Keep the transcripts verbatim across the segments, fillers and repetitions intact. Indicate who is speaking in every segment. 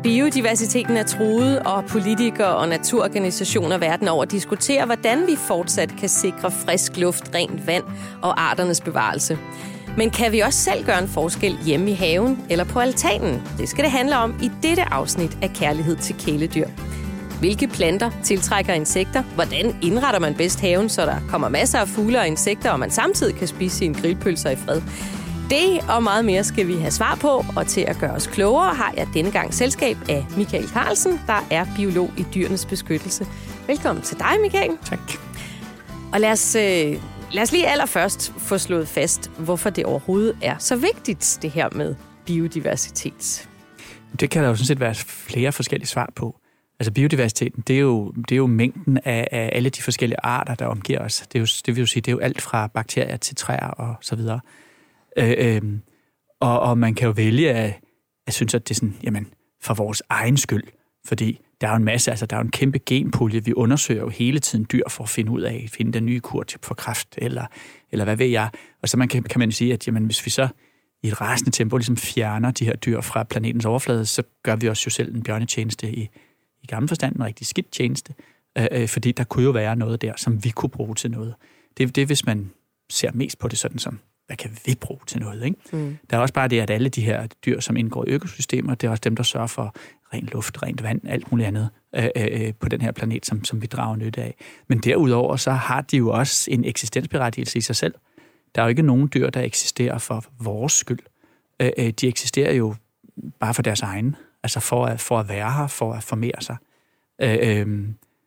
Speaker 1: Biodiversiteten er truet, og politikere og naturorganisationer verden over diskuterer, hvordan vi fortsat kan sikre frisk luft, rent vand og arternes bevarelse. Men kan vi også selv gøre en forskel hjemme i haven eller på altanen? Det skal det handle om i dette afsnit af Kærlighed til kæledyr. Hvilke planter tiltrækker insekter? Hvordan indretter man bedst haven, så der kommer masser af fugle og insekter, og man samtidig kan spise sine grillpølser i fred? Det og meget mere skal vi have svar på, og til at gøre os klogere har jeg denne gang selskab af Michael Carlsen, der er biolog i Dyrenes Beskyttelse. Velkommen til dig, Michael.
Speaker 2: Tak.
Speaker 1: Og lad os, øh, lad os lige allerførst få slået fast, hvorfor det overhovedet er så vigtigt, det her med biodiversitet.
Speaker 2: Det kan der jo sådan set være flere forskellige svar på. Altså biodiversiteten, det er jo, det er jo mængden af, af alle de forskellige arter, der omgiver os. Det, er jo, det vil jo sige, det er jo alt fra bakterier til træer og så videre. Øh, øh, og, og man kan jo vælge at, at synes, at det er sådan, jamen, for vores egen skyld. Fordi der er jo en masse, altså der er jo en kæmpe genpulje. Vi undersøger jo hele tiden dyr for at finde ud af, finde den nye kur for kræft, eller, eller hvad ved jeg. Og så man kan, kan man sige, at jamen, hvis vi så i et rasende tempo ligesom fjerner de her dyr fra planetens overflade, så gør vi os jo selv en bjørnetjeneste i, i gammel forstand, en rigtig skidt tjeneste. Øh, øh, fordi der kunne jo være noget der, som vi kunne bruge til noget. Det, det er, hvis man ser mest på det sådan som, hvad kan vi bruge til noget, ikke? Mm. Der er også bare det, at alle de her dyr, som indgår i økosystemer, det er også dem, der sørger for ren luft, rent vand, alt muligt andet øh, øh, på den her planet, som, som vi drager nytte af. Men derudover, så har de jo også en eksistensberettigelse i sig selv. Der er jo ikke nogen dyr, der eksisterer for vores skyld. Øh, øh, de eksisterer jo bare for deres egen, altså for at, for at være her, for at formere sig. Øh, øh,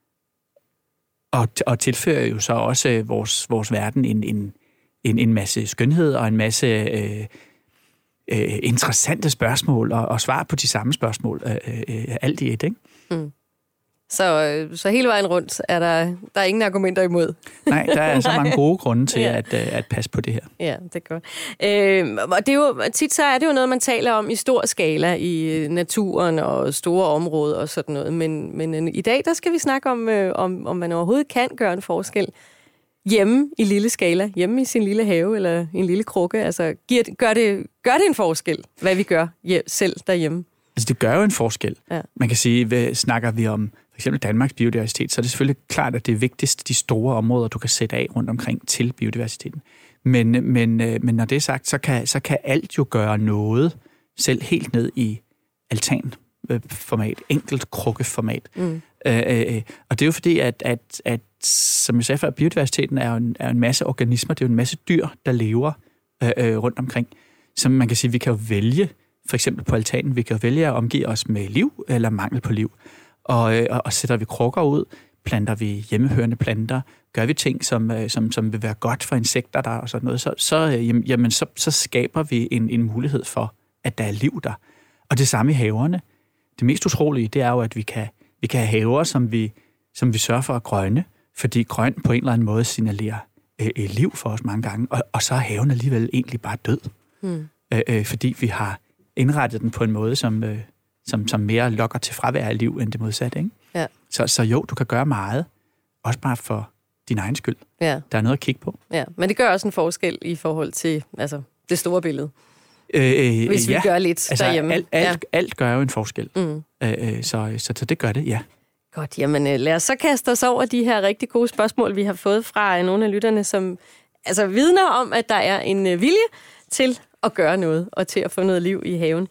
Speaker 2: og, og tilfører jo så også vores, vores verden en, en En, en masse skønhed og en masse øh, øh, interessante spørgsmål og, og svar på de samme spørgsmål. Øh, øh, alt i et, ikke? Mm.
Speaker 1: Så, så hele vejen rundt er der, der er ingen argumenter imod?
Speaker 2: Nej, der er så mange gode grunde til ja. at, at passe på det her.
Speaker 1: Ja, det er godt. Øh, og det er jo, tit så er det jo noget, man taler om i stor skala i naturen og store områder og sådan noget. Men, men i dag, der skal vi snakke om, øh, om, om man overhovedet kan gøre en forskel hjemme i lille skala, hjemme i sin lille have eller i en lille krukke. Altså, giver, gør, det, gør det en forskel, hvad vi gør hjem, selv derhjemme?
Speaker 2: Altså, det gør jo en forskel. Ja. Man kan sige, hvad snakker vi om for eksempel Danmarks biodiversitet, så er det selvfølgelig klart, at det er vigtigst de store områder, du kan sætte af rundt omkring til biodiversiteten. Men, men, men når det er sagt, så kan, så kan alt jo gøre noget, selv helt ned i altanformat, enkelt krukkeformat. Mm. Øh, øh, og det er jo fordi, at, at, at som jeg sagde før, biodiversiteten er jo en, er en masse organismer, det er jo en masse dyr, der lever øh, øh, rundt omkring. Så man kan sige, vi kan jo vælge, for eksempel på altanen, vi kan jo vælge at omgive os med liv eller mangel på liv. Og, øh, og sætter vi krukker ud, planter vi hjemmehørende planter, gør vi ting, som, øh, som, som vil være godt for insekter der og sådan noget, så, så, øh, jamen, så, så skaber vi en, en mulighed for, at der er liv der. Og det samme i haverne. Det mest utrolige, det er jo, at vi kan, vi kan have haver, som vi, som vi sørger for at grønne, fordi grøn på en eller anden måde signalerer øh, øh, liv for os mange gange, og, og så er haven alligevel egentlig bare død. Hmm. Øh, øh, fordi vi har indrettet den på en måde, som, øh, som, som mere lokker til fravær af liv, end det modsatte. Ikke? Ja. Så, så jo, du kan gøre meget, også bare for din egen skyld. Ja. Der er noget at kigge på.
Speaker 1: Ja, men det gør også en forskel i forhold til altså, det store billede.
Speaker 2: Øh,
Speaker 1: Hvis vi
Speaker 2: ja.
Speaker 1: gør lidt
Speaker 2: altså,
Speaker 1: derhjemme.
Speaker 2: Alt, alt, ja. alt gør jo en forskel. Mm. Øh, så, så, så det gør det, ja.
Speaker 1: Godt, jamen lad os så kaste os over de her rigtig gode spørgsmål, vi har fået fra nogle af lytterne, som altså vidner om, at der er en vilje til at gøre noget, og til at få noget liv i haven.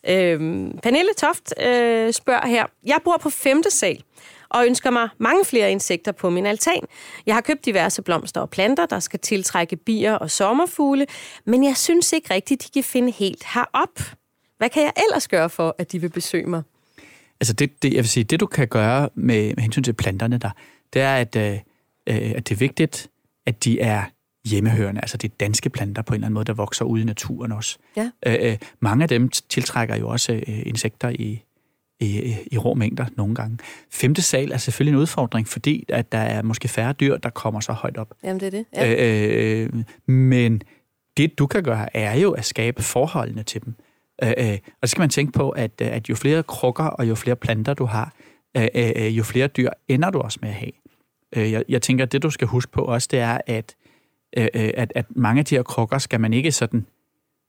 Speaker 1: Øhm, Pernille Toft øh, spørger her, jeg bor på femte sal, og ønsker mig mange flere insekter på min altan. Jeg har købt diverse blomster og planter, der skal tiltrække bier og sommerfugle, men jeg synes ikke rigtigt, de kan finde helt herop. Hvad kan jeg ellers gøre for, at de vil besøge mig?
Speaker 2: Altså det, det, jeg vil sige, det du kan gøre med, med hensyn til planterne der, det er, at, øh, at det er vigtigt, at de er hjemmehørende. Altså det er danske planter på en eller anden måde, der vokser ude i naturen også. Ja. Øh, mange af dem tiltrækker jo også øh, insekter i, i, i rå mængder nogle gange. Femte sal er selvfølgelig en udfordring, fordi at der er måske færre dyr, der kommer så højt op.
Speaker 1: Jamen det er det. Ja.
Speaker 2: Øh, men det du kan gøre, er jo at skabe forholdene til dem. Øh, og så skal man tænke på, at, at jo flere krukker og jo flere planter du har, øh, jo flere dyr ender du også med at have. Øh, jeg, jeg tænker, at det du skal huske på også, det er, at, øh, at, at mange af de her krukker skal man ikke sådan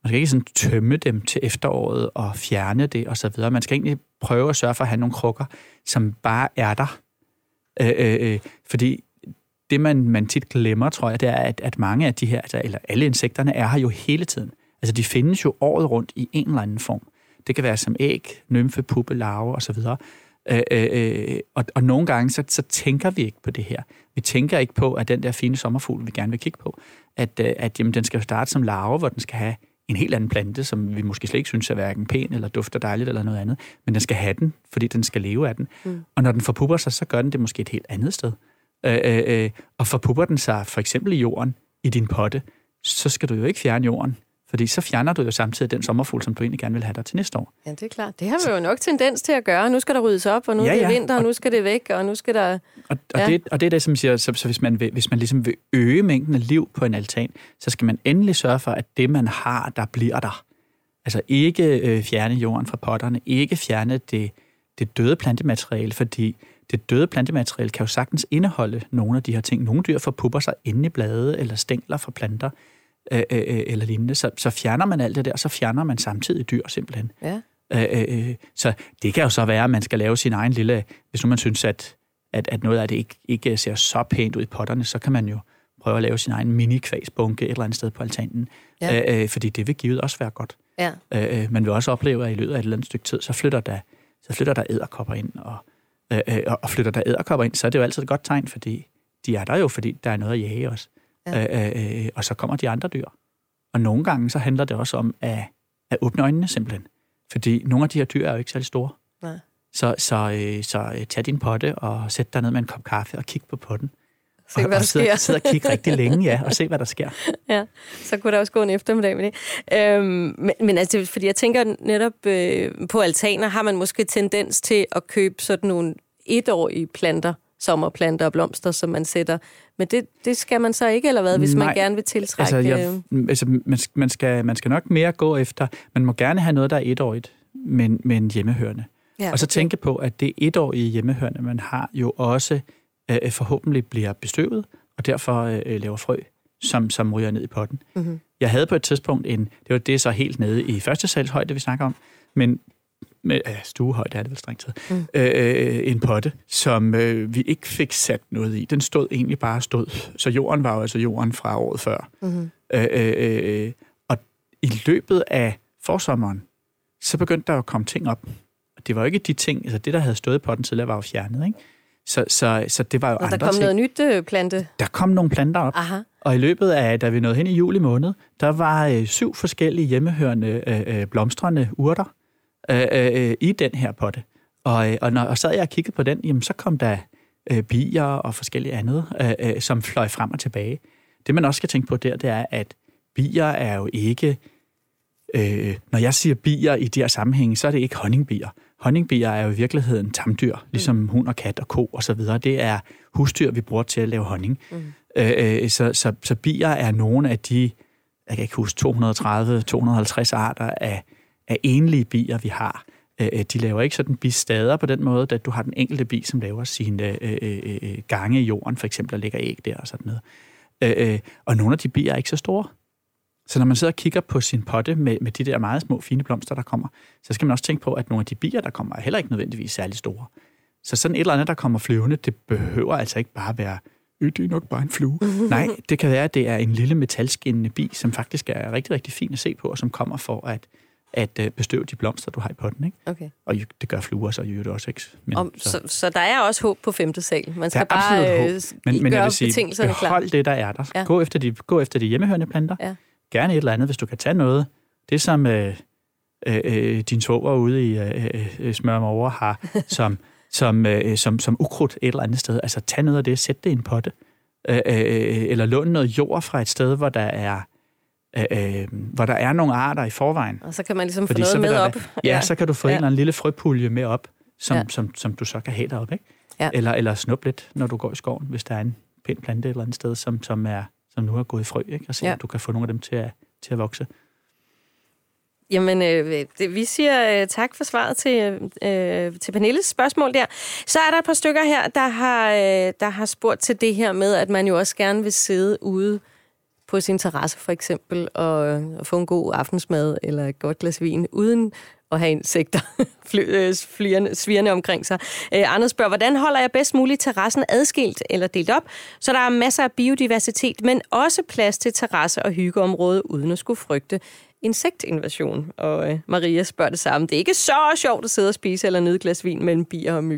Speaker 2: Man skal ikke sådan tømme dem til efteråret og fjerne det og så videre. Man skal egentlig prøve at sørge for at have nogle krukker, som bare er der. Øh, øh, fordi det, man, man tit glemmer, tror jeg, det er, at, at mange af de her, altså, eller alle insekterne, er her jo hele tiden. Altså, de findes jo året rundt i en eller anden form. Det kan være som æg, nymfe, puppe, larve og så videre. Øh, øh, og, og nogle gange, så, så tænker vi ikke på det her. Vi tænker ikke på, at den der fine sommerfugl, vi gerne vil kigge på, at, at jamen, den skal starte som larve, hvor den skal have en helt anden plante, som vi måske slet ikke synes er hverken pæn eller dufter dejligt eller noget andet, men den skal have den, fordi den skal leve af den. Mm. Og når den forpupper sig, så gør den det måske et helt andet sted. Øh, øh, og forpupper den sig for eksempel i jorden, i din potte, så skal du jo ikke fjerne jorden, fordi så fjerner du jo samtidig den sommerfugl, som du egentlig gerne vil have der til næste år.
Speaker 1: Ja, det er klart. Det har vi jo nok tendens til at gøre. Nu skal der ryddes op, og nu ja, ja. er det vinter, og nu skal det væk, og nu skal der...
Speaker 2: Og, og, ja. det, og det er det, som siger, så, så hvis man, vil, hvis man ligesom vil øge mængden af liv på en altan, så skal man endelig sørge for, at det, man har, der bliver der. Altså ikke øh, fjerne jorden fra potterne, ikke fjerne det, det døde plantemateriale, fordi det døde plantemateriale kan jo sagtens indeholde nogle af de her ting. Nogle dyr forpupper sig inde i blade eller stængler fra planter, Øh, øh, eller lignende, så, så fjerner man alt det der, og så fjerner man samtidig dyr simpelthen.
Speaker 1: Ja.
Speaker 2: Øh, øh, så det kan jo så være, at man skal lave sin egen lille, hvis nu man synes, at, at, at noget af det ikke, ikke ser så pænt ud i potterne, så kan man jo prøve at lave sin egen mini-kvæsbunke et eller andet sted på altanen, ja. øh, fordi det vil givet også være godt.
Speaker 1: Ja.
Speaker 2: Øh, man vil også opleve, at i løbet af et eller andet stykke tid, så flytter der, så flytter der edderkopper ind, og, øh, og flytter der edderkopper ind, så er det jo altid et godt tegn, fordi de er der jo, fordi der er noget at jage også. Ja. Øh, øh, og så kommer de andre dyr. Og nogle gange så handler det også om at, at åbne øjnene simpelthen. Fordi nogle af de her dyr er jo ikke særlig store.
Speaker 1: Nej.
Speaker 2: Så, så, øh, så øh, tag din potte og sæt dig ned med en kop kaffe og kig på potten.
Speaker 1: Se, og, hvad der
Speaker 2: og sidde,
Speaker 1: sker.
Speaker 2: sidde og kigge rigtig længe, ja, og se, hvad der sker.
Speaker 1: Ja, så kunne der også gå en eftermiddag med det. Øhm, men, men altså, fordi jeg tænker netop øh, på altaner, har man måske tendens til at købe sådan nogle etårige planter, sommerplanter og blomster, som man sætter. Men det, det skal man så ikke, eller hvad, hvis Nej, man gerne vil tiltrække...
Speaker 2: Altså, jeg, altså man, man, skal, man skal nok mere gå efter... Man må gerne have noget, der er etårigt, men, men hjemmehørende. Ja, og så okay. tænke på, at det etårige hjemmehørende, man har, jo også øh, forhåbentlig bliver bestøvet, og derfor øh, laver frø, som, som ryger ned i potten. Mm-hmm. Jeg havde på et tidspunkt en... Det var det så helt nede i første salshøjde, vi snakker om, men... med ja, stuehøjde er det vel strengt taget, mm. øh, en potte, som øh, vi ikke fik sat noget i. Den stod egentlig bare stod. Så jorden var jo altså jorden fra året før. Mm-hmm. Øh, øh, og i løbet af forsommeren, så begyndte der at komme ting op. Og det var jo ikke de ting, altså det, der havde stået i potten tidligere, var jo fjernet, ikke? Så, så, så det var jo og andre ting.
Speaker 1: Der kom ting. Noget nyt øh, plante?
Speaker 2: Der kom nogle planter op.
Speaker 1: Aha. Og
Speaker 2: i løbet af, da vi nåede hen i juli måned, der var øh, syv forskellige hjemmehørende øh, blomstrende urter, Øh, øh, i den her potte. Og, og når og sad jeg og kiggede på den, jamen, så kom der øh, bier og forskellige andet, øh, øh, som fløj frem og tilbage. Det, man også skal tænke på der, det er, at bier er jo ikke... Øh, når jeg siger bier i de her sammenhænge, så er det ikke honningbier. Honningbier er jo i virkeligheden tamdyr, ligesom mm. hund og kat og ko og så videre. Det er husdyr, vi bruger til at lave honning. Mm. Øh, så, så, så bier er nogle af de, jeg kan ikke huske, to hundrede og tredive til to hundrede og halvtreds arter af af enlige bier, vi har. De laver ikke sådan bistader på den måde, at du har den enkelte bi, som laver sine øh, øh, gange i jorden, for eksempel, og lægger æg der og sådan noget. Øh, og nogle af de bier er ikke så store. Så når man sidder og kigger på sin potte med, med de der meget små, fine blomster, der kommer, så skal man også tænke på, at nogle af de bier, der kommer, er heller ikke nødvendigvis særlig store. Så sådan et eller andet, der kommer flyvende, det behøver altså ikke bare være, øh, det er nok bare en flue. Nej, det kan være, at det er en lille metalskinnende bi, som faktisk er rigtig, rigtig fin at se på, og som kommer for at at bestøve de blomster, du har i potten, ikke?
Speaker 1: Okay.
Speaker 2: Og det gør fluer, så gør det også ikke. Men,
Speaker 1: Om, så. Så, så der er også håb på femte sal. Man skal
Speaker 2: bare
Speaker 1: øh,
Speaker 2: men, men
Speaker 1: gøre
Speaker 2: jeg vil sige,
Speaker 1: betingelserne klar.
Speaker 2: Behold det, der er der.
Speaker 1: Ja.
Speaker 2: Gå, efter de, gå efter de hjemmehørende planter. Ja. Gerne et eller andet, hvis du kan tage noget. Det som øh, øh, din svoger ude i øh, øh, Smørmor har, som, som, øh, som, som ukrudt et eller andet sted. Altså tag noget af det, sæt det i en potte. Øh, øh, eller lån noget jord fra et sted, hvor der er Øh, hvor der er nogle arter i forvejen.
Speaker 1: Og så kan man ligesom Fordi få noget med op.
Speaker 2: Være, ja, ja, så kan du få ja. en eller anden lille frøpulje med op, som, ja. som, som du så kan have deroppe, ikke? Ja. Eller, eller snup lidt, når du går i skoven, hvis der er en pæn plante et eller andet sted, som, som, er, som nu er gået i frø, ikke? Og se, ja. om du kan få nogle af dem til at, til at vokse.
Speaker 1: Jamen, øh, det, vi siger øh, tak for svaret til, øh, til Pernilles spørgsmål der. Så er der et par stykker her, der har, øh, der har spurgt til det her med, at man jo også gerne vil sidde ude på sin terrasse for eksempel, og, og få en god aftensmad eller et godt glas vin, uden at have insekter flyerne, svirrende omkring sig. Øh, Anders spørger, hvordan holder jeg bedst muligt terrassen adskilt eller delt op, så der er masser af biodiversitet, men også plads til terrasse- og hyggeområde, uden at skulle frygte insektinvasion. Og øh, Maria spørger det samme. Det er ikke så sjovt at sidde og spise eller nyde et glas vin mellem bier og myg.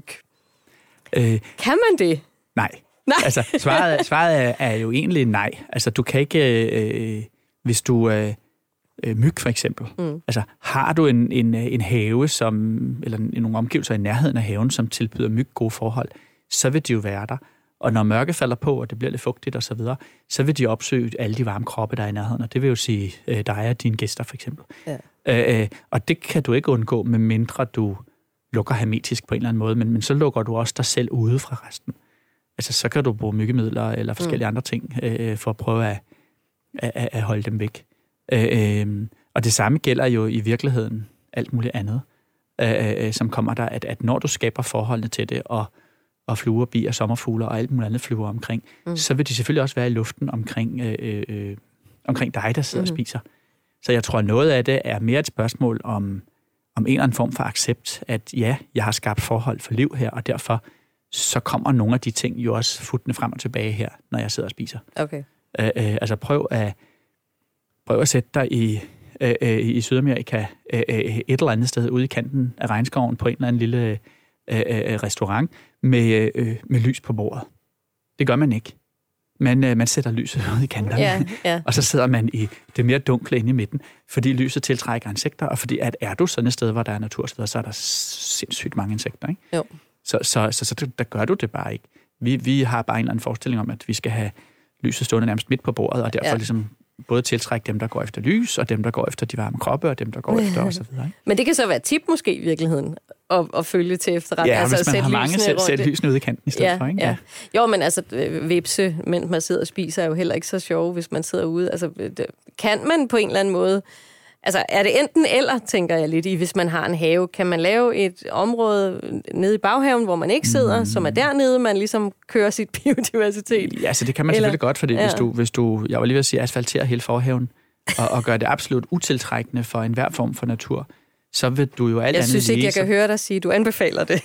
Speaker 1: Øh, kan man det?
Speaker 2: Nej. nej. Altså, svaret, svaret er, er jo egentlig nej. Altså, du kan ikke, øh, hvis du... Øh, myg for eksempel. Mm. Altså, har du en, en, en have, som, eller nogle omgivelser i nærheden af haven, som tilbyder myg gode forhold, så vil de jo være der. Og når mørke falder på, og det bliver lidt fugtigt og så videre, så vil de opsøge alle de varme kroppe, der er i nærheden. Og det vil jo sige øh, dig og dine gæster for eksempel. Ja. Øh, og det kan du ikke undgå, medmindre du lukker hermetisk på en eller anden måde, men, men så lukker du også dig selv ude fra resten. Altså, så kan du bruge myggemidler eller forskellige mm. andre ting øh, for at prøve at, at, at holde dem væk. Øh, og det samme gælder jo i virkeligheden alt muligt andet, øh, som kommer der, at, at når du skaber forholdene til det, og, og fluer, bier, sommerfugler og alt muligt andet flyver omkring, mm. så vil de selvfølgelig også være i luften omkring, øh, øh, omkring dig, der sidder mm. og spiser. Så jeg tror, at noget af det er mere et spørgsmål om, om en eller anden form for accept, at ja, jeg har skabt forhold for liv her, og derfor så kommer nogle af de ting jo også futtende frem og tilbage her, når jeg sidder og spiser.
Speaker 1: Okay.
Speaker 2: Øh, øh, altså prøv at Prøv at sætte dig i, øh, i Sydamerika øh, et eller andet sted ude i kanten af regnskoven på en eller anden lille øh, øh, restaurant med, øh, med lys på bordet. Det gør man ikke. Man, øh, man sætter lyset ude i kanterne, yeah, yeah. og så sidder man i det mere dunkle inde i midten, fordi lyset tiltrækker insekter, og fordi at er du sådan et sted, hvor der er natursteder, så er der sindssygt mange insekter. Ikke? Jo. Så, så, så, så der gør du det bare ikke. Vi, vi har bare en eller anden forestilling om, at vi skal have lyset stående nærmest midt på bordet, og derfor yeah. ligesom både tiltrække dem, der går efter lys, og dem, der går efter de varme kroppe, og dem, der går efter osv.
Speaker 1: Men det kan så være et tip måske i virkeligheden, at, at følge til efterretning.
Speaker 2: Ja,
Speaker 1: altså,
Speaker 2: hvis man har mange, sæt, sæt lysene ude i kanten i stedet
Speaker 1: ja,
Speaker 2: for. Ikke?
Speaker 1: Ja. Ja. Jo, men altså, vipse, mens man sidder og spiser, er jo heller ikke så sjove, hvis man sidder ude. Altså, det, kan man på en eller anden måde... Altså, er det enten eller, tænker jeg lidt i, hvis man har en have? Kan man lave et område nede i baghaven, hvor man ikke sidder, mm. som er dernede, man ligesom kører sit biodiversitet?
Speaker 2: Ja, så det kan man eller, selvfølgelig godt, fordi ja. hvis, du, hvis du, jeg var lige ved at sige, asfalterer hele forhaven, og, og gør det absolut utiltrækkende for enhver form for natur, så vil du jo alt
Speaker 1: jeg
Speaker 2: andet
Speaker 1: synes ikke,
Speaker 2: lige,
Speaker 1: jeg kan
Speaker 2: så...
Speaker 1: høre dig sige, du anbefaler det.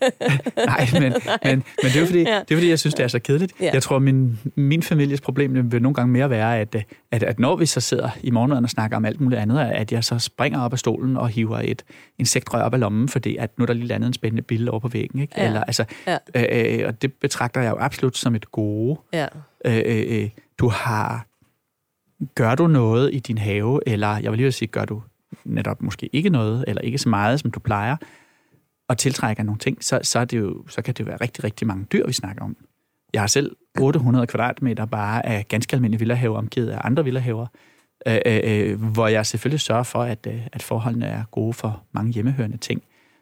Speaker 2: Nej, men, men, men det er jo fordi, ja. det er fordi, jeg synes, det er så kedeligt. Ja. Jeg tror, min, min families problem vil nogle gange mere være, at, at, at når vi så sidder i morgenmaden og snakker om alt muligt andet, at jeg så springer op af stolen og hiver et insektrør op af lommen, fordi at nu er der lige landet en spændende billede over på væggen. Ikke? Ja. Eller, altså, ja. øh, og det betragter jeg jo absolut som et gode. Ja. Øh, øh, du har... Gør du noget i din have, eller jeg vil lige sige, gør du netop måske ikke noget, eller ikke så meget, som du plejer, og tiltrækker nogle ting, så, så, er det jo, så kan det jo være rigtig, rigtig mange dyr, vi snakker om. Jeg har selv otte hundrede kvadratmeter bare af ganske almindelige villahaver, omgivet af andre villahaver, øh, øh, hvor jeg selvfølgelig sørger for, at, øh, at forholdene er gode for mange hjemmehørende ting,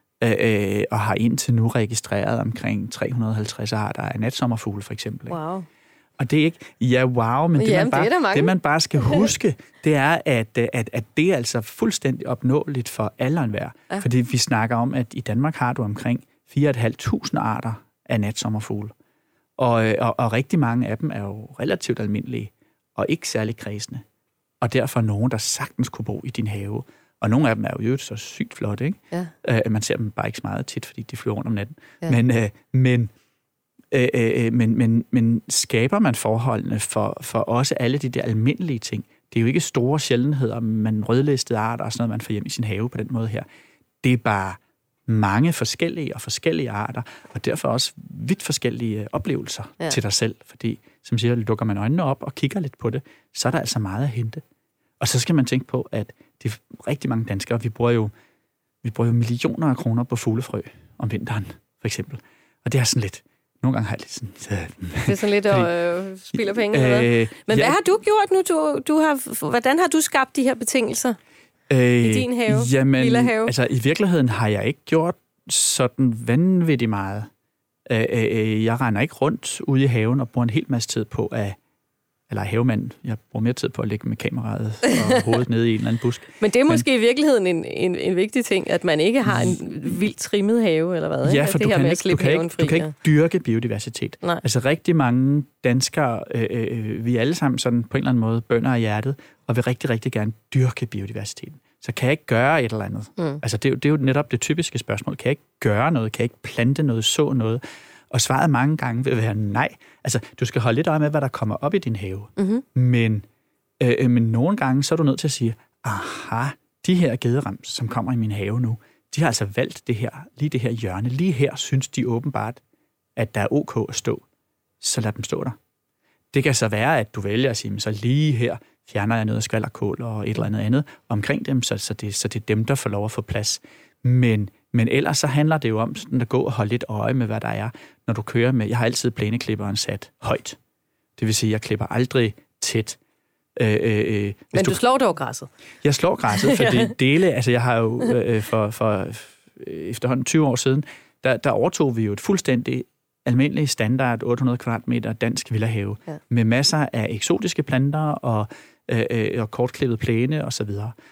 Speaker 2: øh, og har indtil nu registreret omkring tre hundrede og halvtreds arter af natsommerfugle, for eksempel.
Speaker 1: Wow.
Speaker 2: Og det er ikke, ja wow, men det,
Speaker 1: Jamen,
Speaker 2: man, bare,
Speaker 1: det,
Speaker 2: det man bare skal huske, det er, at, at, at det er altså fuldstændig opnåeligt for alle og enhver. Ja. Fordi vi snakker om, at i Danmark har du omkring fire tusind fem hundrede arter af natsommerfugle. Og, og, og rigtig mange af dem er jo relativt almindelige, og ikke særlig kredsende. Og derfor nogen, der sagtens kunne bo i din have. Og nogle af dem er jo så sygt flotte, ikke? Ja. Uh, man ser dem bare ikke så meget tit, fordi de flyver rundt om natten. Ja. Men... Uh, men Øh, øh, men, men, men skaber man forholdene for, for også alle de der almindelige ting? Det er jo ikke store sjældenheder, men rødlistede arter og sådan noget, man får hjem i sin have på den måde her. Det er bare mange forskellige og forskellige arter, og derfor også vidt forskellige oplevelser ja. til dig selv. Fordi, som siger, lukker man øjnene op og kigger lidt på det, så er der altså meget at hente. Og så skal man tænke på, at det er rigtig mange danskere, vi bruger jo, vi bruger jo millioner af kroner på fuglefrø om vinteren, for eksempel. Og det er sådan lidt... Nogle gange har jeg lidt sådan... Så,
Speaker 1: det er sådan lidt at øh, spilde penge. Øh, Men ja, hvad har du gjort nu? Du, du har, hvordan har du skabt de her betingelser øh, i din have?
Speaker 2: Jamen,
Speaker 1: lille have?
Speaker 2: Altså i virkeligheden har jeg ikke gjort sådan vanvittigt meget. Øh, øh, jeg render ikke rundt ude i haven og bruger en hel masse tid på at, eller havemand. Jeg bruger mere tid på at ligge med kameraet og hovedet nede i en eller anden busk.
Speaker 1: Men det er måske Men, i virkeligheden en, en, en vigtig ting, at man ikke har en vildt trimmet have, eller hvad?
Speaker 2: Ja, for
Speaker 1: det
Speaker 2: du,
Speaker 1: her
Speaker 2: kan
Speaker 1: med
Speaker 2: ikke, du, kan ikke, du kan ikke dyrke biodiversitet.
Speaker 1: Nej.
Speaker 2: Altså rigtig mange danskere, øh, øh, vi er alle sammen sådan på en eller anden måde bønder af hjertet, og vil rigtig, rigtig gerne dyrke biodiversiteten. Så kan jeg ikke gøre et eller andet? Mm. Altså det er, jo, det er jo netop det typiske spørgsmål. Kan jeg ikke gøre noget? Kan jeg ikke plante noget, så noget? Og svaret mange gange vil være nej. Altså, du skal holde lidt øje med, hvad der kommer op i din have. Mm-hmm. Men, øh, men nogle gange, så er du nødt til at sige, aha, de her gederams, som kommer i min have nu, de har altså valgt det her, lige det her hjørne. Lige her synes de åbenbart, at der er ok at stå. Så lad dem stå der. Det kan så være, at du vælger at sige, så lige her fjerner jeg noget af skvalderkål og et eller andet andet omkring dem, så, så, det, så det er dem, der får lov at få plads. Men Men ellers så handler det jo om sådan at gå og holde lidt øje med, hvad der er, når du kører med. Jeg har altid plæneklipperen sat højt. Det vil sige, at jeg klipper aldrig tæt. Øh, øh,
Speaker 1: Men du, du slår dog græsset? Jeg
Speaker 2: slår græsset, for det dele, altså jeg har jo øh, for, for efterhånden tyve år siden, der, der overtog vi jo et fuldstændig almindelig standard otte hundrede kvadratmeter dansk villahave, ja. Med masser af eksotiske planter og, øh, og kortklippet plæne osv.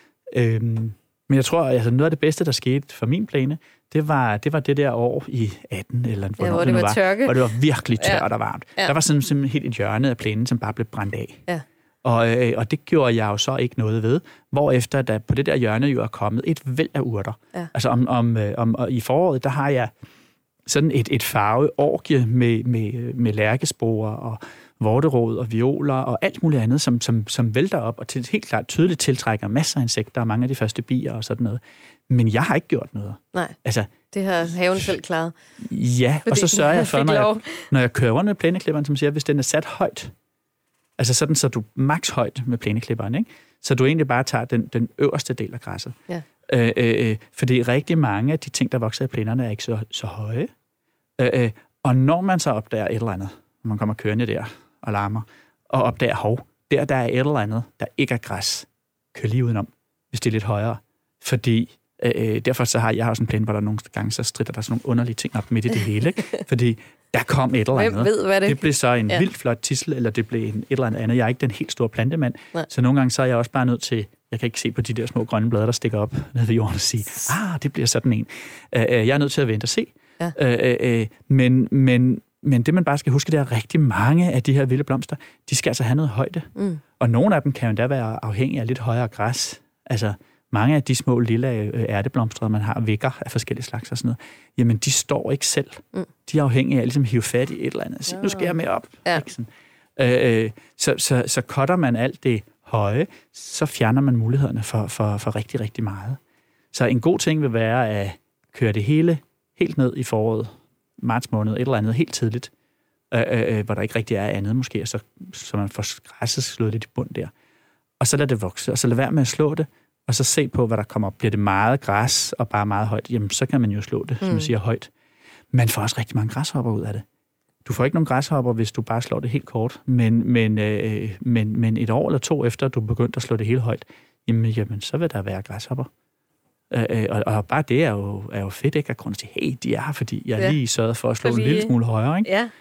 Speaker 2: Øhm, Men jeg tror, at altså, noget af det bedste, der skete for min plæne, det var det, var det der år i atten, eller hvornår
Speaker 1: ja, hvor det var, var tørke.
Speaker 2: Hvor det var virkelig tørt
Speaker 1: ja.
Speaker 2: og varmt.
Speaker 1: Ja.
Speaker 2: Der var sådan, simpelthen helt et hjørne af plænen, som bare blev brændt af.
Speaker 1: Ja.
Speaker 2: Og, øh, og det gjorde jeg jo så ikke noget ved, hvorefter der på det der hjørne jo er kommet et væld af urter. Ja. Altså om, om, om, om, i foråret, der har jeg sådan et, et farveorgie med, med, med lærkesporer og vorterod og violer og alt muligt andet, som, som, som vælter op og til, helt klart tydeligt tiltrækker masser af insekter og mange af de første bier og sådan noget. Men jeg har ikke gjort noget.
Speaker 1: Nej,
Speaker 2: altså,
Speaker 1: det har haven selv klaret.
Speaker 2: Ja, Fordi og så sørger jeg for, når jeg, når jeg kører rundt med plæneklipperen, som siger, hvis den er sat højt, altså sådan, så du maks højt med plæneklipperen, ikke? Så du egentlig bare tager den, den øverste del af græsset. Ja. Øh, øh, fordi rigtig mange af de ting, der vokser i plænerne, er ikke så, så høje. Øh, øh, og når man så opdager et eller andet, når man kommer kørende der og larmer, og opdager, hov, der, der er et eller andet, der ikke er græs, kør lige udenom, hvis det er lidt højere. Fordi øh, derfor så har jeg også en plæne, hvor der nogle gange så stritter der sådan nogle underlige ting op midt i det hele, ikke? Fordi der kom et eller andet.
Speaker 1: Hvem ved, hvad det?
Speaker 2: Det blev så en ja. vildt flot tidsel, eller det blev en, et eller andet. Jeg er ikke den helt store plantemand, Nej. Så nogle gange så er jeg også bare nødt til, jeg kan ikke se på de der små grønne blade, der stikker op nede ved jorden og sige, ah, det bliver sådan en. Øh, jeg er nødt til at vente og se. Ja. Øh, øh, men, men, men det, man bare skal huske, det er, at rigtig mange af de her vilde blomster, de skal altså have noget højde. Mm. Og nogle af dem kan jo endda være afhængige af lidt højere græs. Altså, mange af de små lille ærteblomster, man har, vækker af forskellige slags og sådan noget, jamen, de står ikke selv. Mm. De er afhængige af at ligesom hive fat i et eller andet. Så nu skal jeg med op. Ja. Ikke sådan. Øh, så, så, så cutter man alt det høje, så fjerner man mulighederne for, for, for rigtig, rigtig meget. Så en god ting vil være at køre det hele helt ned i foråret, marts måned, et eller andet, helt tidligt, øh, øh, hvor der ikke rigtig er andet måske, så, så man får græsset slået lidt i bund der. Og så lad det vokse, og så lad være med at slå det, og så se på, hvad der kommer op. Bliver det meget græs og bare meget højt, jamen så kan man jo slå det, som mm. man siger, højt. Man får også rigtig mange græshopper ud af det. Du får ikke nogen græshopper, hvis du bare slår det helt kort, men, men, øh, men, men et år eller to efter, du begyndte at slå det helt højt, jamen, jamen så vil der være græshopper. Øh, og, og bare det er jo, er jo fedt, ikke? At grund til, hey, de er her, fordi jeg ja. lige sørgede for at slå fordi... en lille smule højere, ikke?
Speaker 1: Ja.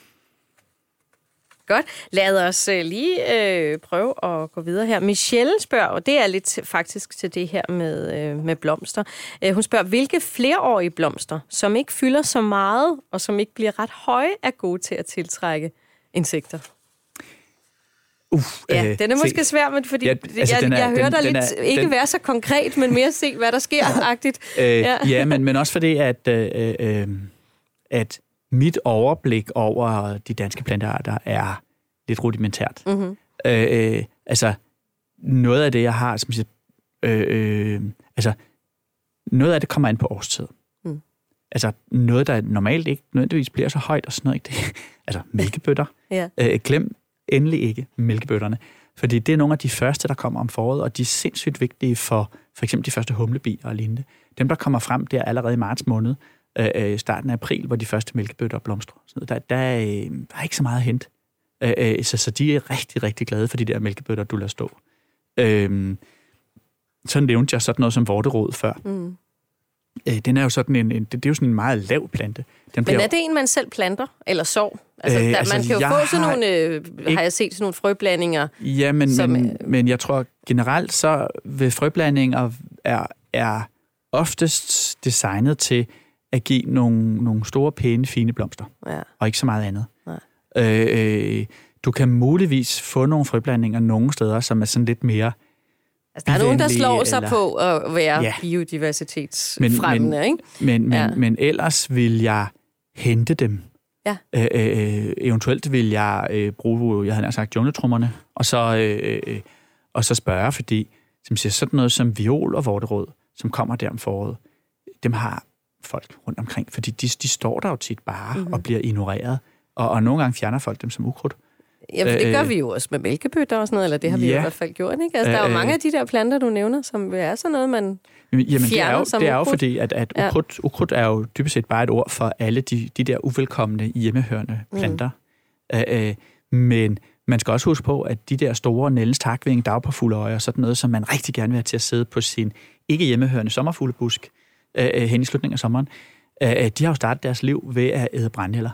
Speaker 1: Godt. Lad os uh, lige øh, prøve at gå videre her. Michelle spørger, og det er lidt faktisk til det her med, øh, med blomster. Uh, hun spørger, hvilke flereårige blomster, som ikke fylder så meget, og som ikke bliver ret høje, er gode til at tiltrække insekter?
Speaker 2: Uh,
Speaker 1: ja, øh, den er måske se. svær, men fordi ja, altså, jeg, er, jeg hører den, dig den lidt er, ikke den, være så konkret, men mere se, hvad der sker-agtigt.
Speaker 2: Øh, ja, ja men, men også fordi, at, øh, øh, at mit overblik over de danske plantearter er lidt rudimentært. Mm-hmm. Øh, øh, altså, noget af det, jeg har, som siger, øh, øh, altså, noget af det kommer an på årstid. Mm. Altså, noget, der normalt ikke nødvendigvis bliver så højt og sådan noget, ikke? Det, altså, mælkebøtter. ja. øh, glem endelig ikke mælkebøtterne. Fordi det er nogle af de første, der kommer om foråret, og de er sindssygt vigtige for for eksempel de første humlebier og lignende. Dem, der kommer frem, det er allerede i marts måned, øh, starten af april, hvor de første mælkebøtter blomstrer. Så der, der, er, der er ikke så meget at hente. Øh, så, så de er rigtig, rigtig glade for de der mælkebøtter, du lader stå. Øh, så nævnte jeg sådan noget som vorterod før. Mm. Øh, den er jo sådan en, en det, det er jo sådan en meget lav plante. Den
Speaker 1: Men er det en, man selv planter, eller sår? Altså,
Speaker 2: øh,
Speaker 1: der,
Speaker 2: altså
Speaker 1: man kan jo få sådan
Speaker 2: har
Speaker 1: nogle, øh,
Speaker 2: ikke,
Speaker 1: har jeg set, sådan nogle frøblandinger.
Speaker 2: Ja, men,
Speaker 1: som,
Speaker 2: men, men jeg tror generelt, så ved frøblandinger er, er oftest designet til at give nogle, nogle store, pæne, fine blomster.
Speaker 1: Ja.
Speaker 2: Og ikke så meget andet.
Speaker 1: Nej.
Speaker 2: Øh, du kan muligvis få nogle frøblandinger nogle steder, som er sådan lidt mere
Speaker 1: altså, der er nogen, der slår sig
Speaker 2: eller,
Speaker 1: på at være
Speaker 2: ja.
Speaker 1: biodiversitetsfremmende,
Speaker 2: men,
Speaker 1: ikke?
Speaker 2: Men, men,
Speaker 1: ja.
Speaker 2: men ellers vil jeg hente dem.
Speaker 1: Ja.
Speaker 2: Øh, øh, eventuelt vil jeg øh, bruge, jeg havde nær sagt, jungletrummerne, og så, øh, øh, og så spørge, fordi som siger, sådan noget som viol og vorterod, som kommer der om foråret, dem har folk rundt omkring, fordi de, de står der jo tit bare mm-hmm. og bliver ignoreret, og, og nogle gange fjerner folk dem som ukrudt.
Speaker 1: Ja, for det gør vi jo også med mælkebøtter og sådan noget, eller det har vi ja. jo i hvert fald gjort, ikke? Altså, der er jo mange af de der planter, du nævner, som er sådan noget, man
Speaker 2: Jamen,
Speaker 1: fjerner
Speaker 2: det er jo,
Speaker 1: som
Speaker 2: det er jo
Speaker 1: ukrudt.
Speaker 2: fordi, at, at ukrudt, ukrudt er jo dybest set bare et ord for alle de, de der uvelkomne hjemmehørende planter. Mm. Øh, men man skal også huske på, at de der store nældens takving, dagpåfugleøjer og sådan noget, som man rigtig gerne vil have til at sidde på sin ikke hjemmehørende sommerfuglebusk øh, hen i slutningen af sommeren, øh, de har jo startet deres liv ved at æde brændenælder.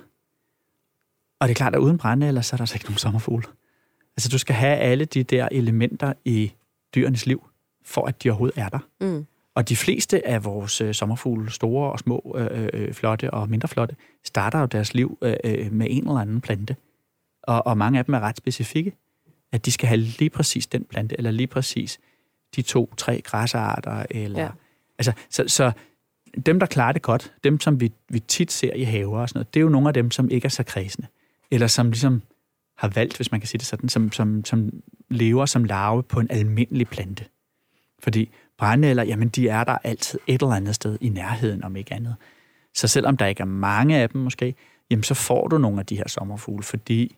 Speaker 2: Og det er klart, at uden brændenælder, så er der altså ikke nogen sommerfugle. Altså, du skal have alle de der elementer i dyrenes liv, for at de overhovedet er der. Mm. Og de fleste af vores øh, sommerfugle, store og små, øh, øh, flotte og mindre flotte, starter jo deres liv øh, med en eller anden plante. Og, og mange af dem er ret specifikke, at de skal have lige præcis den plante, eller lige præcis de to, tre græsarter. Eller, ja. altså, så, så dem, der klarer det godt, dem, som vi, vi tit ser i haver og sådan noget, det er jo nogle af dem, som ikke er så kredsende. Eller som ligesom har valgt, hvis man kan sige det sådan, som, som, som lever som larve på en almindelig plante. Fordi brændenælder, jamen de er der altid et eller andet sted i nærheden, om ikke andet. Så selvom der ikke er mange af dem måske, jamen så får du nogle af de her sommerfugle, fordi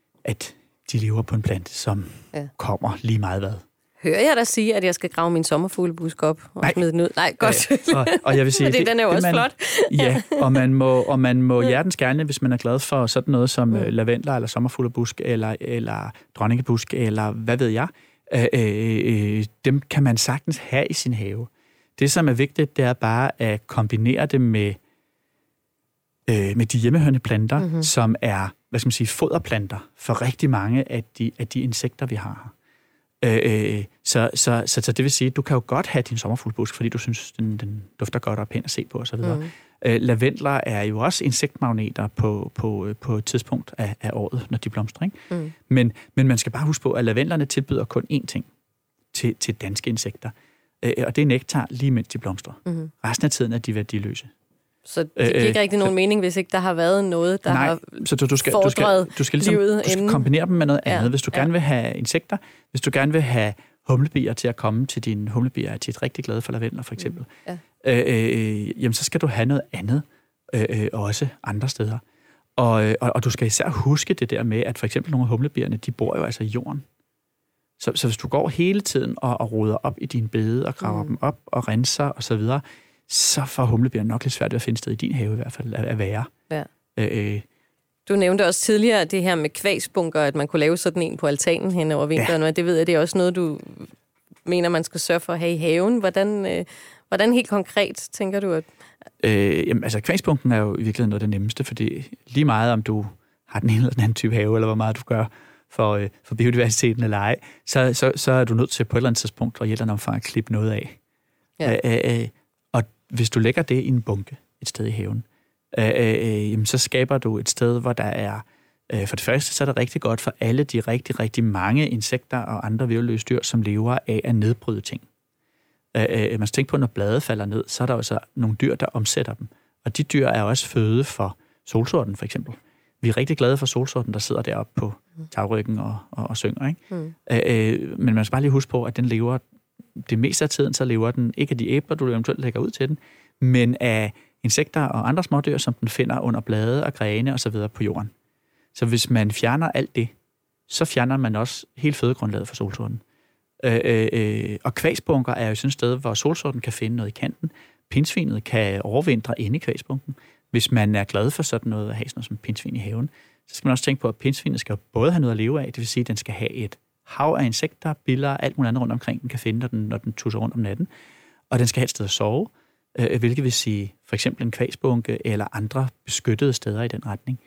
Speaker 2: at de lever på en plante, som ja. kommer lige meget hvad.
Speaker 1: Hører jeg dig sige, at jeg skal grave min sommerfuglebusk op og
Speaker 2: Nej.
Speaker 1: smide den ud? Nej, godt.
Speaker 2: Øh, og, og jeg vil sige,
Speaker 1: Fordi
Speaker 2: det,
Speaker 1: den er jo
Speaker 2: det,
Speaker 1: også
Speaker 2: man,
Speaker 1: flot.
Speaker 2: Ja, og man må, og man må hjertens gerne, hvis man er glad for sådan noget som mm. lavendler, eller sommerfuglebusk, eller, eller dronningebusk, eller hvad ved jeg, øh, øh, dem kan man sagtens have i sin have. Det, som er vigtigt, det er bare at kombinere det med, øh, med de hjemmehørende planter, mm-hmm. som er, hvad skal man sige, foderplanter for rigtig mange af de, af de insekter, vi har her. Øh, så, så, så, så det vil sige, at du kan jo godt have din sommerfuglebusk, fordi du synes, den, den dufter godt og er pæn at se på osv. Mm. Øh, lavendler er jo også insektmagneter på, på, på et tidspunkt af, af året, når de blomstrer. Ikke? Mm. Men, men man skal bare huske på, at lavendlerne tilbyder kun én ting til, til danske insekter, øh, og det er nektar lige mens de blomstrer. Mm. Resten af tiden er de værdiløse.
Speaker 1: Så det giver ikke rigtig nogen så, mening, hvis ikke der har været noget, der
Speaker 2: nej,
Speaker 1: har
Speaker 2: så du, du skal, du skal, du skal, ligesom,
Speaker 1: livet
Speaker 2: du skal kombinere dem med noget
Speaker 1: ja,
Speaker 2: andet. Hvis du
Speaker 1: ja.
Speaker 2: gerne vil have insekter, hvis du gerne vil have humlebier til at komme til dine humlebier, er tit rigtig glade for lavendler for eksempel, mm. ja. øh, øh, jamen så skal du have noget andet, øh, øh, også andre steder. Og, øh, og, og du skal især huske det der med, at for eksempel nogle af humlebierne, de bor jo altså i jorden. Så, så hvis du går hele tiden og, og roder op i din bede og graver mm. dem op og renser og så videre, så får humlebierne nok lidt svært ved at finde sted i din have i hvert fald, at, at være.
Speaker 1: Ja.
Speaker 2: Øh,
Speaker 1: du nævnte også tidligere det her med kvagsbunker, at man kunne lave sådan en på altanen hen over vinteren, ja. Og det ved jeg, det er også noget, du mener, man skal sørge for at have i haven. Hvordan, øh, hvordan helt konkret tænker du, at...
Speaker 2: Øh, jamen, altså, kvagsbunken er jo i virkeligheden noget af det nemmeste, fordi lige meget om du har den ene eller den anden type have, eller hvor meget du gør for, øh, for biodiversiteten eller ej, så, så, så er du nødt til på et eller andet tidspunkt og i et eller andet omfang at klippe noget af. Ja. Øh, øh, og hvis du lægger det i en bunke et sted i haven, øh, øh, jamen, så skaber du et sted, hvor der er, øh, for det første, så er det rigtig godt for alle de rigtig, rigtig mange insekter og andre hvirvelløse dyr, som lever af at nedbryde ting. Øh, øh, man skal tænke på, når blade falder ned, så er der også nogle dyr, der omsætter dem. Og de dyr er også føde for solsorten, for eksempel. Vi er rigtig glade for solsorten, der sidder deroppe på tagryggen og, og, og synger. Ikke? Mm. Øh, øh, men man skal bare lige huske på, at den lever, det meste af tiden, så lever den ikke af de æbler, du eventuelt lægger ud til den, men af insekter og andre smådyr, som den finder under blade og grene og så videre på jorden. Så hvis man fjerner alt det, så fjerner man også hele fødegrundlaget for solsorten. Øh, øh, og kvagsbunker er jo sådan et sted, hvor solsorten kan finde noget i kanten. Pindsvinet kan overvintre inde i kvagsbunken. Hvis man er glad for sådan noget, at have sådan noget som pindsvin i haven, så skal man også tænke på, at pindsvinet skal både have noget at leve af, det vil sige, at den skal have et hav af insekter, biller, alt muligt andet rundt omkring, den kan finde, når den, når den tusser rundt om natten. Og den skal have et sted at sove. øh, hvilket vil sige for eksempel en kvægsbunke eller andre beskyttede steder i den retning.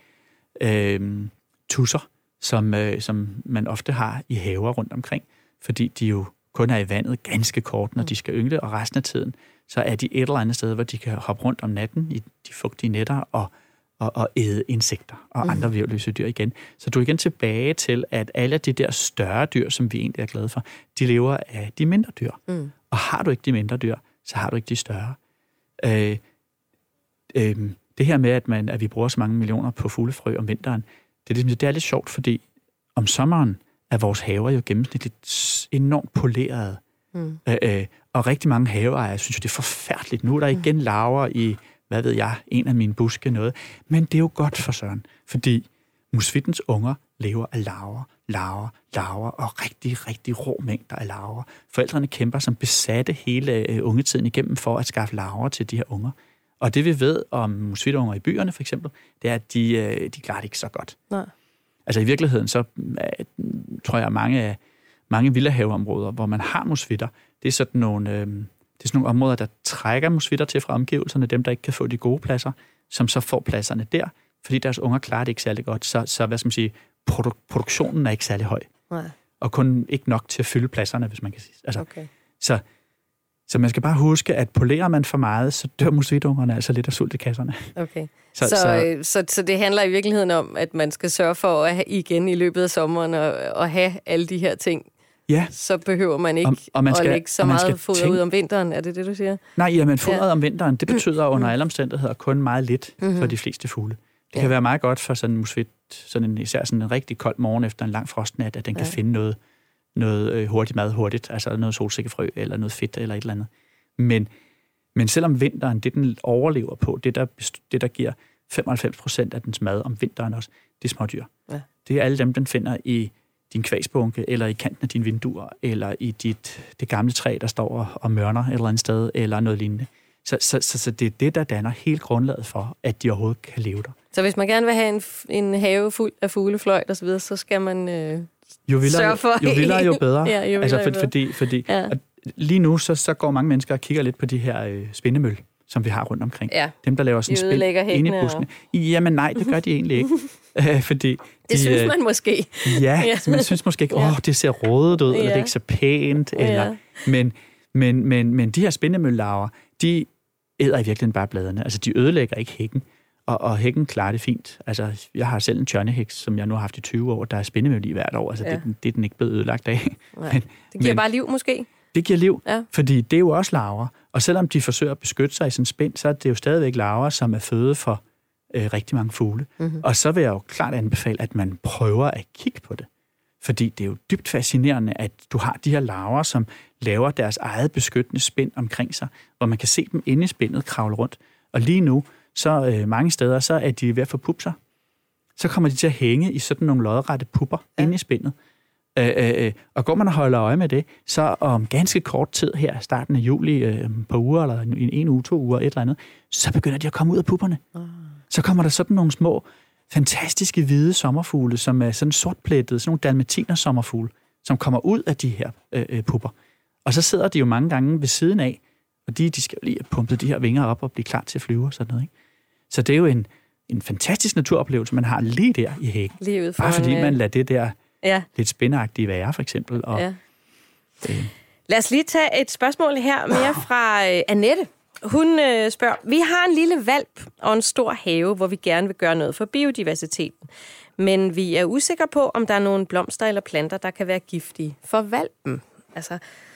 Speaker 2: Øh, tusser, som, øh, som man ofte har i haver rundt omkring, fordi de jo kun er i vandet ganske kort, når de skal yngle, og resten af tiden, så er de et eller andet sted, hvor de kan hoppe rundt om natten i de fugtige nætter og, og, og æde insekter og andre mm. vævløse dyr igen. Så du er igen tilbage til, at alle de der større dyr, som vi egentlig er glade for, de lever af de mindre dyr. Mm. Og har du ikke de mindre dyr, så har du ikke de større. Øh, øh, det her med, at, man, at vi bruger så mange millioner på fuglefrø om vinteren, det er, det er lidt sjovt, fordi om sommeren er vores haver jo gennemsnitligt enormt polerede. Mm. Øh, øh, og rigtig mange haveejere synes jo, det er forfærdeligt. Nu er der igen larver i, hvad ved jeg, en af mine buske noget. Men det er jo godt for søren, fordi musvittens unger lever af larver, larver, larver og rigtig, rigtig rå mængder af larver. Forældrene kæmper som besatte hele øh, ungetiden igennem for at skaffe larver til de her unger. Og det vi ved om musvitunger i byerne for eksempel, det er, at de, øh, de klarer det ikke så godt. Nej. Altså i virkeligheden, så øh, tror jeg, mange, mange villahaveområder, hvor man har musvitter, det er sådan nogle, øh, det er sådan nogle områder, der trækker musvitter til fra omgivelserne, dem der ikke kan få de gode pladser, som så får pladserne der, fordi deres unger klarer det ikke særlig godt. Så, så hvad skal man sige, produ- produktionen er ikke særlig høj. Nej. Og kun ikke nok til at fylde pladserne, hvis man kan sige. Altså, okay. Så Så man skal bare huske, at polerer man for meget, så dør musvitungerne altså lidt af sult i kasserne.
Speaker 1: Okay. Så, så, så, så, så det handler i virkeligheden om, at man skal sørge for at have igen i løbet af sommeren og, og have alle de her ting. Ja. Så behøver man ikke og, og man skal, at lægge så meget foder tænke... ud om vinteren. Er det det, du siger? Nej, jamen fodret ja. om vinteren, det betyder under alle omstændigheder kun meget lidt mm-hmm. for de fleste fugle. Det ja. kan være meget godt for sådan en musvit, sådan en, især sådan en rigtig kold morgen efter en lang frostnat, at den ja. kan finde noget noget hurtigt mad hurtigt, altså noget solsikkefrø eller noget fedt eller et eller andet. Men, men selvom vinteren, det den overlever på, det der, det der giver femoghalvfems procent af dens mad om vinteren også, det er smådyr. Ja. Det er alle dem, den finder i din kvægsbunke, eller i kanten af dine vinduer, eller i dit, det gamle træ, der står og mørner et eller andet sted, eller noget lignende. Så, så, så, så det er det, der danner helt grundlaget for, at de overhovedet kan leve der. Så hvis man gerne vil have en, en have fuld af fuglefløjt og så videre, så skal man... Øh Jo vildere, jo, jo, vildere, jo bedre. ja, jo vildere, altså, for, jo bedre. Fordi, fordi ja. lige nu, så, så går mange mennesker og kigger lidt på de her øh, spindemøl, som vi har rundt omkring. Ja. Dem, der laver sådan spind inde i busken. Og... Jamen nej, det gør de egentlig ikke. Æh, fordi det de, synes man måske.
Speaker 2: ja, ja. man synes måske ikke, åh, oh, det ser rådet ud, ja. eller det er ikke så pænt. Ja. Eller, men, men, men, men de her spindemøllarver, de æder i virkeligheden bare bladene. Altså, de ødelægger ikke hækken. Og, og hækken klarer det fint. Altså, jeg har selv en tjørnehæks, som jeg nu har haft i tyve år, der er spindemøl i hvert år. Altså, ja. det, det er den ikke blevet ødelagt af. men, det giver men, bare liv, måske? Det giver liv, ja. fordi det er jo også larver. Og selvom de forsøger at beskytte sig i sådan en spind, så er det jo stadigvæk larver, som er føde for øh, rigtig mange fugle. Mm-hmm. Og så vil jeg jo klart anbefale, at man prøver at kigge på det. Fordi det er jo dybt fascinerende, at du har de her larver, som laver deres eget beskyttende spind omkring sig, hvor man kan se dem inde i spindet kravle rundt. Og lige nu, så øh, mange steder, så er de ved at få pupser. Så kommer de til at hænge i sådan nogle lodrette pupper ja. inde i spindet. Øh, øh, og går man og holder øje med det, så om ganske kort tid her, starten af juli, øh, på uger, eller en, en uge, to uger, et eller andet, så begynder de at komme ud af pupperne. Oh. Så kommer der sådan nogle små, fantastiske hvide sommerfugle, som er sådan sortplettede, sådan nogle dalmatiner-sommerfugle, som kommer ud af de her øh, øh, pupper. Og så sidder de jo mange gange ved siden af, og de, de skal jo lige have pumpet de her vinger op og blive klar til at flyve og sådan noget, ikke? Så det er jo en, en fantastisk naturoplevelse, man har lige der i hækken. Lige ud for, bare fordi man lader det der ja. lidt spændagtige være, for eksempel. Og, ja. øh.
Speaker 1: Lad os lige tage et spørgsmål her mere fra øh, Annette. Hun øh, spørger, vi har en lille hvalp og en stor have, hvor vi gerne vil gøre noget for biodiversiteten. Men vi er usikre på, om der er nogle blomster eller planter, der kan være giftige for hvalpen. Altså...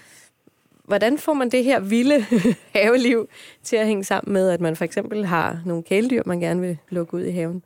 Speaker 1: Hvordan får man det her vilde haveliv til at hænge sammen med, at man for eksempel har nogle kæledyr, man gerne vil lukke ud i haven?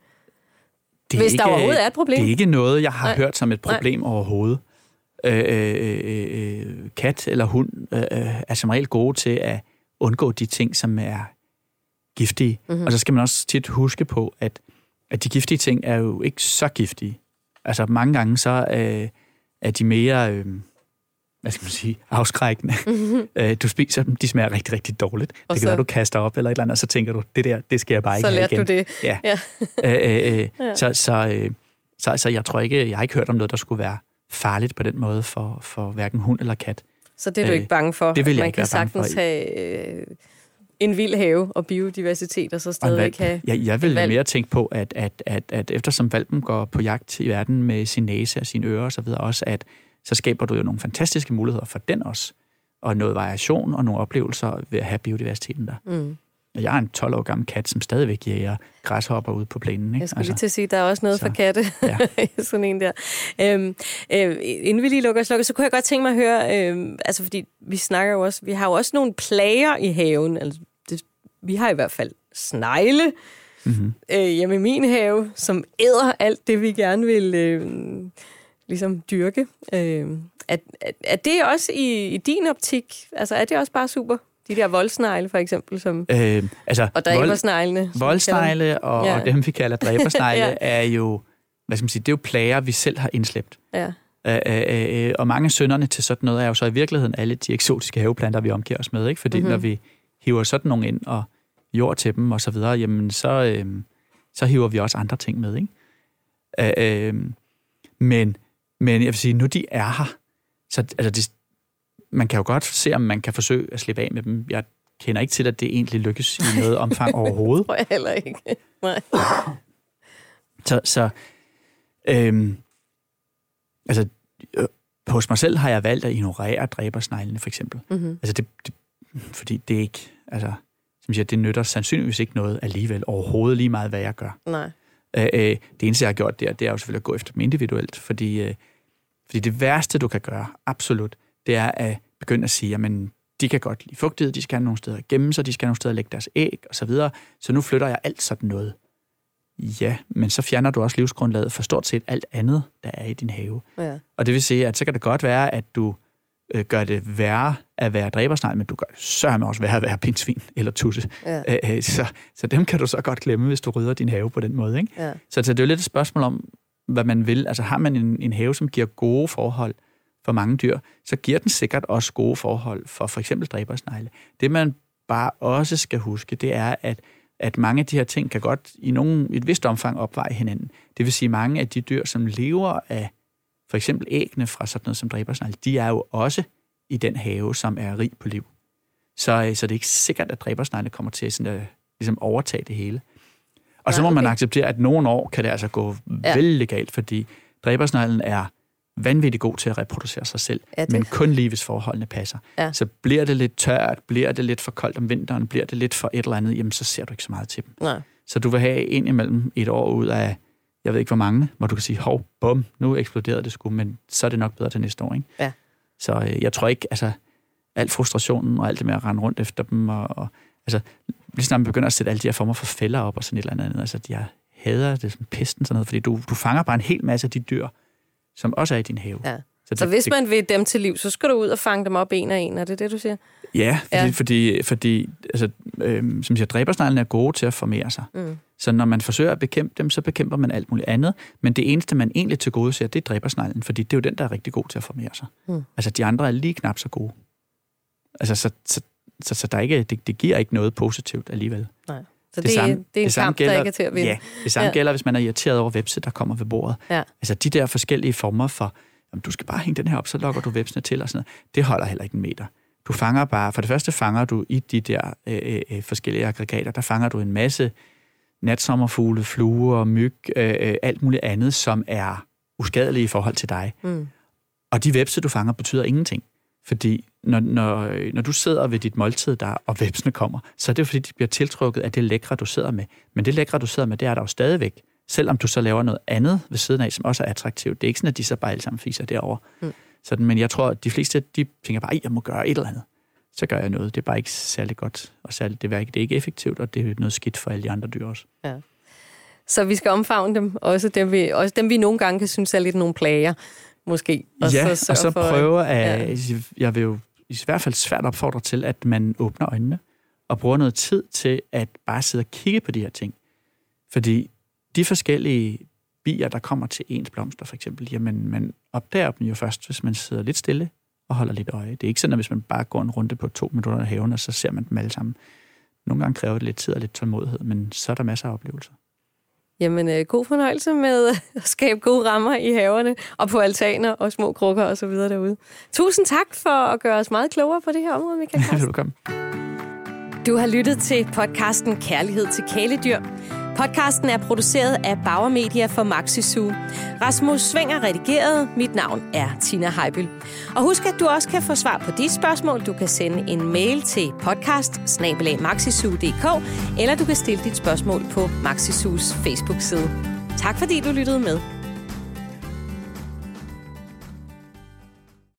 Speaker 1: Hvis ikke, der overhovedet er et problem.
Speaker 2: Det er ikke noget, jeg har Nej. hørt som et problem Nej. overhovedet. Øh, øh, øh, kat eller hund øh, er som regel gode til at undgå de ting, som er giftige. Mm-hmm. Og så skal man også tit huske på, at, at de giftige ting er jo ikke så giftige. Altså mange gange så øh, er de mere... Øh, hvad skal man sige, afskrækkende. Mm-hmm. Du spiser dem, de smager rigtig, rigtig dårligt. Og det kan så... være, du kaster op eller et eller andet, og så tænker du, det der, det skal jeg bare ikke
Speaker 1: så
Speaker 2: have igen.
Speaker 1: Så lærte du det.
Speaker 2: Ja. ja. øh, øh, ja. Så, så, øh, så, så jeg tror ikke, jeg har ikke hørt om noget, der skulle være farligt på den måde for, for hverken hund eller kat.
Speaker 1: Så det er du øh, ikke bange for?
Speaker 2: Det vil jeg
Speaker 1: man
Speaker 2: ikke
Speaker 1: kan
Speaker 2: være bange
Speaker 1: sagtens
Speaker 2: for.
Speaker 1: have øh, en vild have og biodiversitet, og så stadigvæk have...
Speaker 2: Ja, jeg vil mere tænke på, at, at, at, at eftersom valpen går på jagt i verden med sin næse og sine ører og så videre også, at så skaber du jo nogle fantastiske muligheder for den også, og noget variation og nogle oplevelser ved at have biodiversiteten der. Mm. Jeg har en tolv år gammel kat, som stadigvæk jager græshopper ude på plænen. Ikke?
Speaker 1: Jeg skulle altså, lige til at sige, at der er også noget så, for katte.
Speaker 2: Ja.
Speaker 1: Sådan en der. Øhm, øh, inden vi lige lukker og slukker, så kunne jeg godt tænke mig at høre, øh, altså fordi vi snakker jo også, vi har jo også nogle plager i haven. Altså, det, vi har i hvert fald snegle mm-hmm. øh, hjemme i min have, som æder alt det, vi gerne vil øh, ligesom dyrke. Øh, er, er det også i, i din optik? Altså er det også bare super? De der voldsnegle, for eksempel, som... Øh,
Speaker 2: altså,
Speaker 1: og dræbersneglene.
Speaker 2: Voldsnegle og, ja. og dem, vi kalder dræbersnegle, ja. er jo, hvad skal man sige, det er jo plager, vi selv har indslæbt. Ja. Øh, øh, og mange af synderne til sådan noget er jo så i virkeligheden alle de eksotiske haveplanter, vi omgiver os med, ikke? Fordi mm-hmm. når vi hiver sådan nogle ind og jord til dem og så videre, jamen så, øh, så hiver vi også andre ting med, ikke? Øh, øh, men, men jeg vil sige, nu de er her, så altså det man kan jo godt se, om man kan forsøge at slippe af med dem. Jeg kender ikke til, at det egentlig lykkes i noget omfang overhovedet.
Speaker 1: Det tror jeg heller ikke. Nej.
Speaker 2: Så, så øhm, altså, øh, hos mig selv har jeg valgt at ignorere dræbersneglene, for eksempel. Mm-hmm. Altså, det, det, fordi det er ikke, altså, som siger, det nytter sandsynligvis ikke noget alligevel overhovedet lige meget, hvad jeg gør.
Speaker 1: Nej.
Speaker 2: Øh, øh, det eneste, jeg har gjort der, det er jo selvfølgelig at gå efter dem individuelt, fordi, øh, fordi det værste, du kan gøre, absolut, det er at begynde at sige, jamen, de kan godt lide fugtighed, de skal have nogle steder at gemme sig, de skal have nogle steder at lægge deres æg, og så videre. Så nu flytter jeg alt sådan noget. Ja, men så fjerner du også livsgrundlaget for stort set alt andet, der er i din have. Ja. Og det vil sige, at så kan det godt være, at du øh, gør det værre at være dræbersnegl, men du gør det sørme også værre at være pindsvin eller tusse. Ja. Æ, så, så dem kan du så godt glemme, hvis du rydder din have på den måde. Ikke? Ja. Så, så det er jo lidt et spørgsmål om, hvad man vil. Altså har man en, en have, som giver gode forhold for mange dyr, så giver den sikkert også gode forhold for for eksempel dræbersnegle. Det man bare også skal huske, det er, at, at mange af de her ting kan godt i, nogen, i et vist omfang opveje hinanden. Det vil sige, at mange af de dyr, som lever af for eksempel æggene fra sådan noget som dræbersnegle, de er jo også i den have, som er rig på liv. Så, så det er ikke sikkert, at dræbersnegle kommer til sådan at ligesom overtage det hele. Og så må okay. man acceptere, at nogle år kan det altså gå ja. vældig galt, fordi dræbersneglen er vanvittigt god til at reproducere sig selv, ja, men kun lige hvis forholdene passer. Ja. Så bliver det lidt tørt, bliver det lidt for koldt om vinteren, bliver det lidt for et eller andet, jamen så ser du ikke så meget til dem. Nej. Så du vil have ind imellem et år ud af, jeg ved ikke hvor mange, hvor du kan sige, hov, bum, nu eksploderede det sgu, men så er det nok bedre til næste år, ikke? Ja. Så øh, jeg tror ikke, altså, al frustrationen og alt det med at rende rundt efter dem, og, og altså, lige snart man begynder at sætte alle de her former for fælder op og sådan et eller andet, altså, de her hader det sådan pesten sådan noget, fordi du, du fanger bare en hel masse af de dyr, som også er i din have. Ja.
Speaker 1: Så, det, så hvis man vil dem til liv, så skal du ud og fange dem op en af en, er det det, du siger?
Speaker 2: Ja, fordi, ja. fordi, fordi altså, øh, som siger, dræbersneglene er gode til at formere sig. Mm. Så når man forsøger at bekæmpe dem, så bekæmper man alt muligt andet, men det eneste, man egentlig tilgodeser, det er dræbersneglen, fordi det er jo den, der er rigtig god til at formere sig. Mm. Altså, de andre er lige knap så gode. Altså, så, så, så, så der er ikke, det, det giver ikke noget positivt alligevel. Nej.
Speaker 1: Så det, det, samme, det er en det kamp, gælder, der ikke er til at vinde.
Speaker 2: Ja, det samme ja. gælder, hvis man er irriteret over vepse, der kommer ved bordet. Ja. Altså de der forskellige former for, jamen, du skal bare hænge den her op, så lokker du vepsene til og sådan noget. Det holder heller ikke en meter. Du fanger bare, for det første fanger du i de der øh, øh, forskellige aggregater, der fanger du en masse natsommerfugle, fluer, myg, øh, alt muligt andet, som er uskadelige i forhold til dig. Mm. Og de vepse, du fanger, betyder ingenting. Fordi når, når, når du sidder ved dit måltid der, og vepsene kommer, så er det jo fordi, de bliver tiltrukket af det lækre, du sidder med. Men det lækre, du sidder med, det er der jo stadigvæk. Selvom du så laver noget andet ved siden af, som også er attraktivt. Det er ikke sådan, at de så bare alle sammen fiser derovre. Mm. Sådan, men jeg tror, at de fleste, de tænker bare, jeg må gøre et eller andet. Så gør jeg noget. Det er bare ikke særlig godt, og særligt, det er ikke, det er ikke effektivt, og det er noget skidt for alle de andre dyr også. Ja.
Speaker 1: Så vi skal omfavne dem, også dem, vi, også dem, vi nogle gange kan synes er lidt nogle plager, måske.
Speaker 2: Og ja, så og så prøve at, ja. jeg vil jo i hvert fald svært opfordre til, at man åbner øjnene og bruger noget tid til at bare sidde og kigge på de her ting. Fordi de forskellige bier, der kommer til ens blomster for eksempel, jamen man opdager dem jo først, hvis man sidder lidt stille og holder lidt øje. Det er ikke sådan, at hvis man bare går en runde på to minutter i haven, og så ser man dem alle sammen. Nogle gange kræver det lidt tid og lidt tålmodighed, men så er der masser af oplevelser.
Speaker 1: Jamen, øh, god fornøjelse med at skabe gode rammer i haverne og på altaner og små krukker og så videre derude. Tusind tak for at gøre os meget klogere på det her område, Michael Carsten.
Speaker 2: Velkommen.
Speaker 1: Du har lyttet til podcasten Kærlighed til kæledyr. Podcasten er produceret af Bauer Media for Maxi Zoo. Rasmus Svinger redigeret. Mit navn er Tina Heibyl. Og husk, at du også kan få svar på de spørgsmål. Du kan sende en mail til podcast bindestreg maxizoo punktum d k, eller du kan stille dit spørgsmål på Maxi Zoos Facebook-side. Tak fordi du lyttede med.